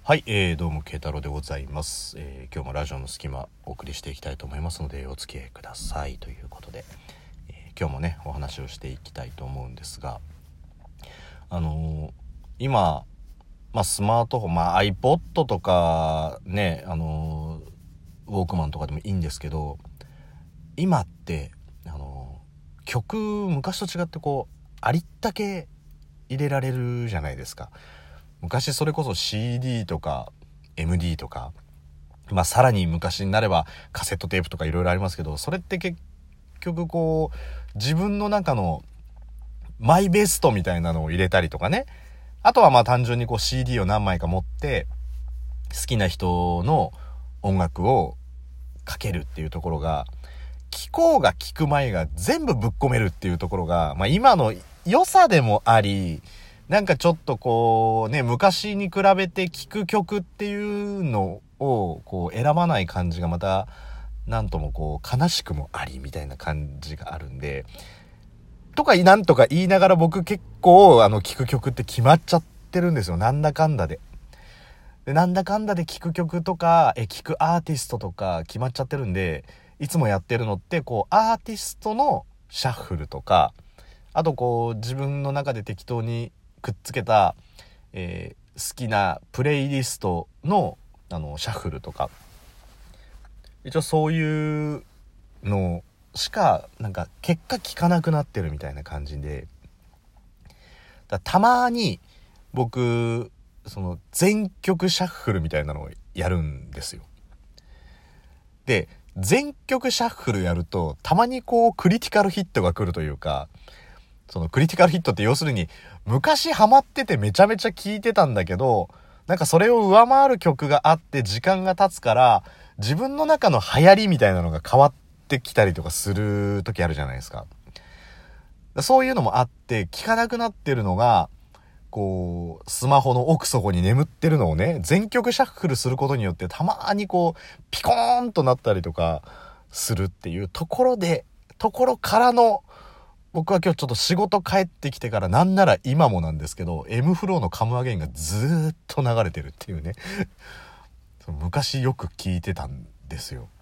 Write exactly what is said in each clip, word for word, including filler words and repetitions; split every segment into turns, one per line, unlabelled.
はい、えー、どうも慶太郎でございます、えー、今日もラジオの隙間お送りしていきたいと思いますのでお付き合いくださいということで、えー、今日もねお話をしていきたいと思うんですが、あのー、今、まあ、スマートフォン、まあ、iPod とかね、あのー、ウォークマンとかでもいいんですけど、今って、あのー、曲昔と違ってこうありったけ入れられるじゃないですか。昔それこそ シーディー とか エムディー とか、まあさらに昔になればカセットテープとかいろいろありますけど、それって結局こう自分の中のマイベストみたいなのを入れたりとかね、あとはまあ単純にこう シーディー を何枚か持って好きな人の音楽をかけるっていうところが、聴こうが聴く前が全部ぶっ込めるっていうところが、まあ今の良さでもあり、なんかちょっとこうね、昔に比べて聴く曲っていうのをこう選ばない感じがまたなんともこう悲しくもありみたいな感じがあるんで、とかなんとか言いながら僕結構あの聴く曲って決まっちゃってるんですよ。なんだかんだで。でなんだかんだで聴く曲とかえ聴くアーティストとか決まっちゃってるんで、いつもやってるのってこうアーティストのシャッフルとか、あとこう自分の中で適当にくっつけた、えー、好きなプレイリストのあのシャッフルとか、一応そういうのしかなんか結果聞かなくなってるみたいな感じで、だたまに僕その全曲シャッフルみたいなのをやるんですよ。で全曲シャッフルやるとたまにこうクリティカルヒットが来るというか、そのクリティカルヒットって要するに昔ハマっててめちゃめちゃ聴いてたんだけど、なんかそれを上回る曲があって時間が経つから自分の中の流行りみたいなのが変わってきたりとかする時あるじゃないですか。そういうのもあって聴かなくなってるのがこうスマホの奥底に眠ってるのをね、全曲シャッフルすることによってたまにこうピコーンとなったりとかするっていうところでところからの、僕は今日ちょっと仕事帰ってきてからなんなら今もなんですけど M フローのカムアゲインがずーっと流れてるっていうね昔よく聞いてたんですよ。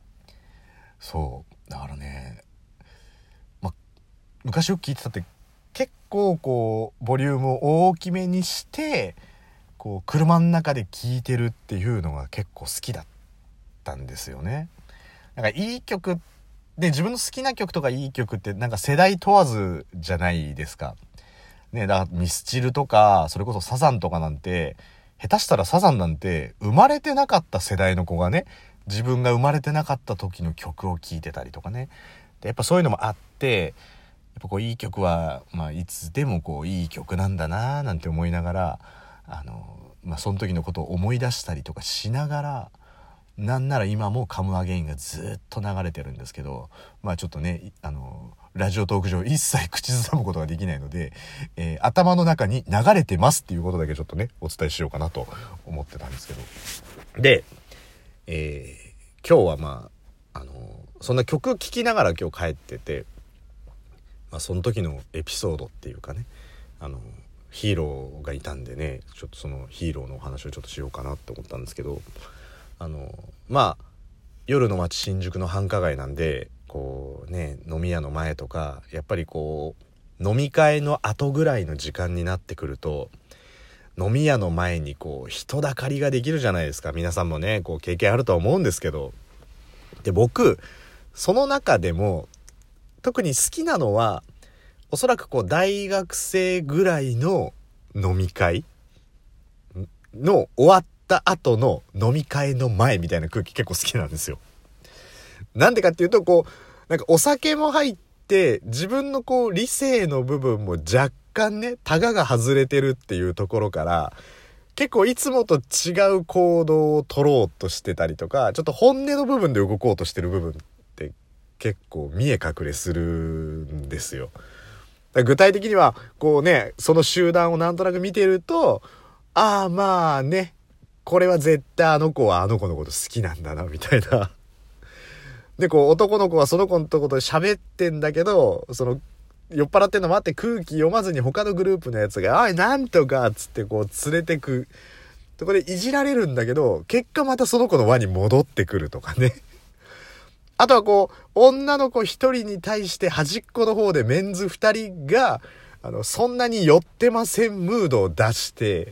そうだからね、ま、昔よく聞いてたって結構こうボリュームを大きめにしてこう車の中で聴いてるっていうのが結構好きだったんですよね。なんかいい曲ってで自分の好きな曲とかいい曲ってなんか世代問わずじゃないですかね。だからミスチルとかそれこそサザンとかなんて、下手したらサザンなんて生まれてなかった世代の子がね、自分が生まれてなかった時の曲を聴いてたりとかね。でやっぱそういうのもあって、やっぱこういい曲はまあいつでもこういい曲なんだななんて思いながら、あのまあその時のことを思い出したりとかしながら、なんなら今もカムアゲインがずっと流れてるんですけど、まあちょっとね、あのラジオトーク上一切口ずさむことができないので、えー、頭の中に流れてますっていうことだけちょっとねお伝えしようかなと思ってたんですけど、で、えー、今日はまああのそんな曲聴きながら今日帰ってて、まあ、その時のエピソードっていうかね、あのヒーローがいたんでね、ちょっとそのヒーローのお話をちょっとしようかなって思ったんですけど、あのまあ夜の街新宿の繁華街なんでこうね、飲み屋の前とかやっぱりこう飲み会の後ぐらいの時間になってくると飲み屋の前にこう人だかりができるじゃないですか。皆さんもねこう経験あると思うんですけど、で僕その中でも特に好きなのはおそらくこう大学生ぐらいの飲み会の終わった後の飲み会の前みたいな空気結構好きなんですよ。なんでかっていうとこうなんかお酒も入って自分のこう理性の部分も若干ねタガが外れてるっていうところから結構いつもと違う行動を取ろうとしてたりとか、ちょっと本音の部分で動こうとしてる部分って結構見え隠れするんですよ。具体的にはこうね、その集団をなんとなく見てると、ああまあね、これは絶対あの子はあの子のこと好きなんだなみたいな。でこう男の子はその子のことで喋ってんだけど、その酔っ払ってんのもあって空気読まずに他のグループのやつが「おいなんとか」っつってこう連れてくそこでいじられるんだけど、結果またその子の輪に戻ってくるとかね。あとはこう、女の子一人に対して端っこの方でメンズ二人が、あの、そんなに寄ってませんムードを出して、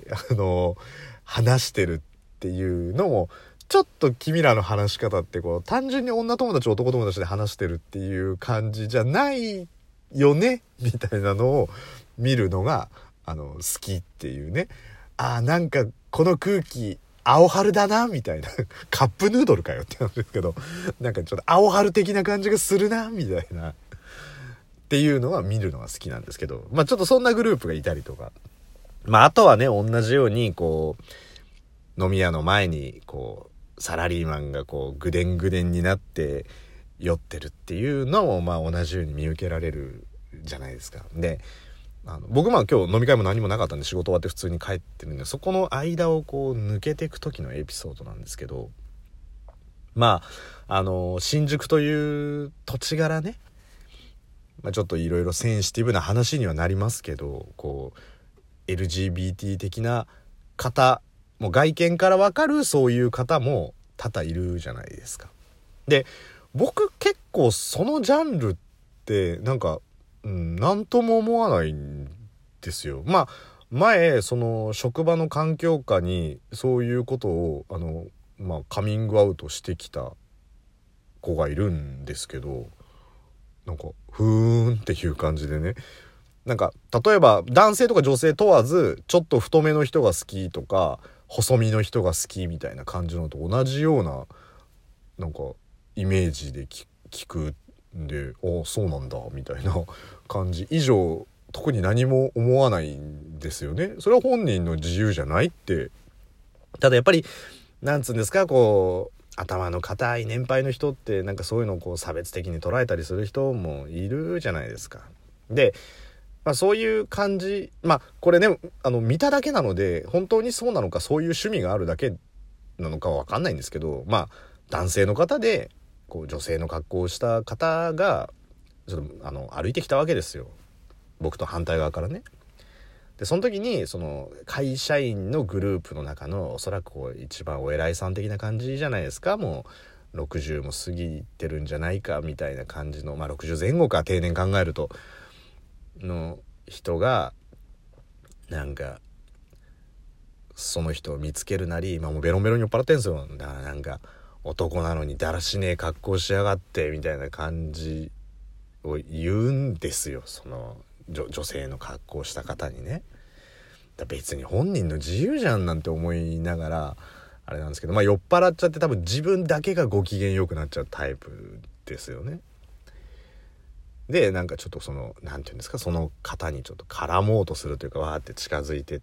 あの、話してるっていうのも、ちょっと君らの話し方ってこう、単純に女友達男友達で話してるっていう感じじゃないよねみたいなのを見るのが、あの、好きっていうね。ああ、なんかこの空気、青春だなみたいな。カップヌードルかよってなんですけど、なんかちょっと青春的な感じがするなみたいな。っていうのは見るのが好きなんですけど、まあちょっとそんなグループがいたりとか。まああとはね、同じようにこう、飲み屋の前にこう、サラリーマンがこう、ぐでんぐでんになって酔ってるっていうのもまあ同じように見受けられるじゃないですか。で、あの僕まあ今日飲み会も何もなかったんで仕事終わって普通に帰ってるんで、そこの間をこう抜けていく時のエピソードなんですけど、まああの新宿という土地柄ね、まあ、ちょっといろいろセンシティブな話にはなりますけど、こう エルジービーティー 的な方もう外見からわかるそういう方も多々いるじゃないですか。で、僕結構そのジャンルってなんかうん、なんとも思わないんですよ。まあ前その職場の環境下にそういうことをあの、まあ、カミングアウトしてきた子がいるんですけど、なんかふーんっていう感じでね、なんか例えば男性とか女性問わずちょっと太めの人が好きとか細身の人が好きみたいな感じのと同じようななんかイメージで聞くで、ああそうなんだみたいな感じ以上特に何も思わないんですよね。それは本人の自由じゃないって。ただやっぱりなんつうんですか、こう頭の固い年配の人ってなんかそういうのをこう差別的に捉えたりする人もいるじゃないですか。で、まあ、そういう感じ、まあこれねあの見ただけなので本当にそうなのかそういう趣味があるだけなのかは分かんないんですけど、まあ男性の方でこう女性の格好をした方がちょっとあの歩いてきたわけですよ、僕と反対側からね。でその時にその会社員のグループの中のおそらくこう一番お偉いさん的な感じじゃないですか。もうろくじゅうも過ぎてるんじゃないかみたいな感じの、まあろくじゅうぜん後か定年考えるとの人がなんかその人を見つけるなり、今もうベロンベロンに酔っ払ってんですよ。だからなんか男なのにだらしねえ格好しやがってみたいな感じを言うんですよ、その 女, 女性の格好した方にね。だ別に本人の自由じゃんなんて思いながらあれなんですけど、まあ酔っ払っちゃって多分自分だけがご機嫌よくなっちゃうタイプですよね。でなんかちょっとそのなんていうんですか、その方にちょっと絡もうとするというか、わーって近づいてって、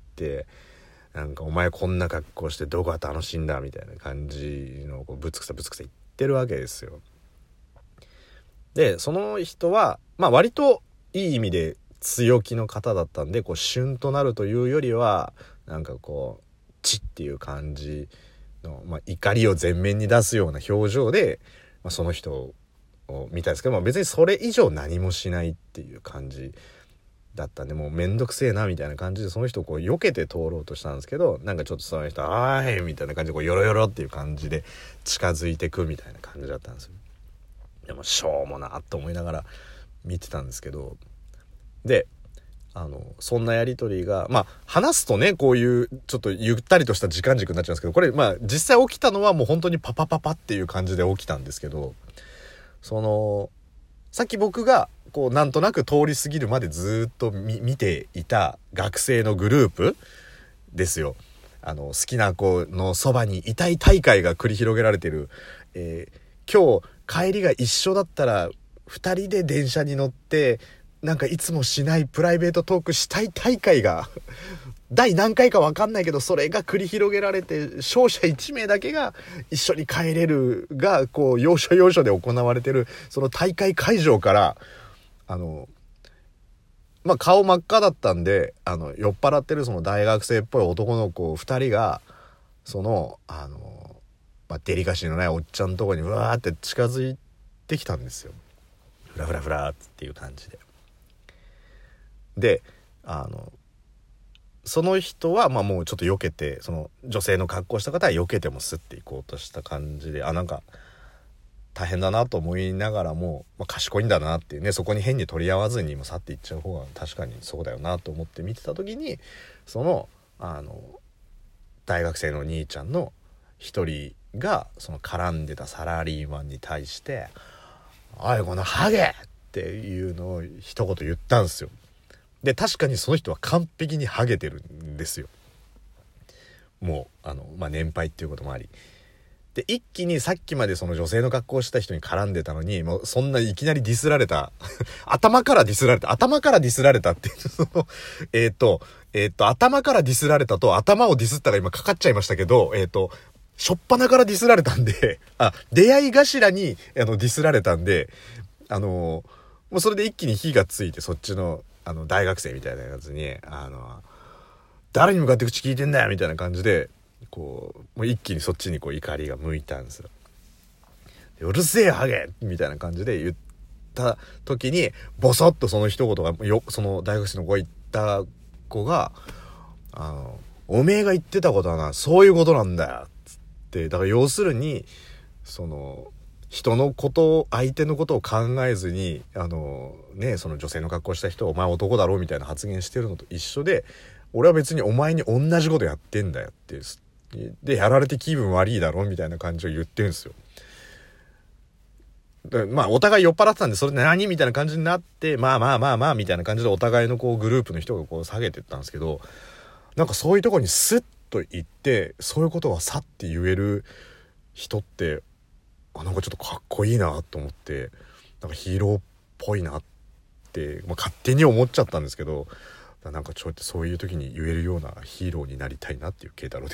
なんかお前こんな格好してどこが楽しいんだみたいな感じのこうぶつくさぶつくさ言ってるわけですよ。でその人はまあ割といい意味で強気の方だったんで、こうシュンとなるというよりはなんかこうチッっていう感じの、まあ、怒りを前面に出すような表情で、まあ、その人を見たんですけど、まあ、別にそれ以上何もしないっていう感じだったんで、もうめんどくせえなみたいな感じでその人をこう避けて通ろうとしたんですけど、なんかちょっとその人あーいみたいな感じでこうヨロヨロっていう感じで近づいてくみたいな感じだったんですよ。でもしょうもなと思いながら見てたんですけど、であのそんなやり取りがまあ話すとねこういうちょっとゆったりとした時間軸になっちゃうんですけど、これまあ実際起きたのはもう本当にパパパパっていう感じで起きたんですけど、そのさっき僕がこうなんとなく通り過ぎるまでずっと 見, 見ていた学生のグループですよ。あの好きな子のそばにいたい大会が繰り広げられてる、えー、今日帰りが一緒だったらふたりで電車に乗ってなんかいつもしないプライベートトークしたい大会が第何回か分かんないけどそれが繰り広げられて、勝者いち名だけが一緒に帰れるがこう要所要所で行われてるその大会会場からあのまあ顔真っ赤だったんで、あの酔っ払ってるその大学生っぽい男の子ふたりがそのあの、まあ、デリカシーのないおっちゃんのとこにうわーって近づいてきたんですよ。フラフラフラっていう感じで。であのその人はまあもうちょっと避けて、その女性の格好した方は避けてもスッて行こうとした感じで、あなんか大変だなと思いながらも、まあ、賢いんだなっていうね、そこに変に取り合わずにも去っていっちゃう方が確かにそうだよなと思って見てた時に、そのあの大学生の兄ちゃんの一人がその絡んでたサラリーマンに対して「おいこのハゲ!」っていうのを一言言ったんですよ。で確かにその人は完璧にハゲてるんですよ。もうあの、まあ、年配っていうこともありで、一気にさっきまでその女性の格好をした人に絡んでたのに、もうそんないきなりディスられた頭からディスられた頭からディスられたっていうそのえっ、とえっ、と頭からディスられたと頭をディスったが今かかっちゃいましたけど、えっ、としょっぱなからディスられたんであ出会い頭にあのディスられたんで、あのもうそれで一気に火がついて、そっちのあの大学生みたいなやつにあの誰に向かって口聞いてんだよみたいな感じでこうもう一気にそっちにこう怒りが向いたんですよ。うるせえハゲみたいな感じで言った時にボソッとその一言がよその大学生の子が言った子があのおめえが言ってたことはなそういうことなんだよっつって、だから要するにその人のこと相手のことを考えずにあのねその女性の格好した人お前男だろうみたいな発言してるのと一緒で、俺は別にお前に同じことやってんだよってでやられて気分悪いだろみたいな感じを言ってるんですよ。でまあお互い酔っ払ってたんでそれ何みたいな感じになって、まあまあまあまあみたいな感じでお互いのこうグループの人がこう下げてったんですけど、なんかそういうところにスッと行ってそういうことはさって言える人ってあなんかちょっとかっこいいなと思って、なんかヒーローっぽいなって、まあ、勝手に思っちゃったんですけど、なんかちょっとそういう時に言えるようなヒーローになりたいなっていう慶太郎です。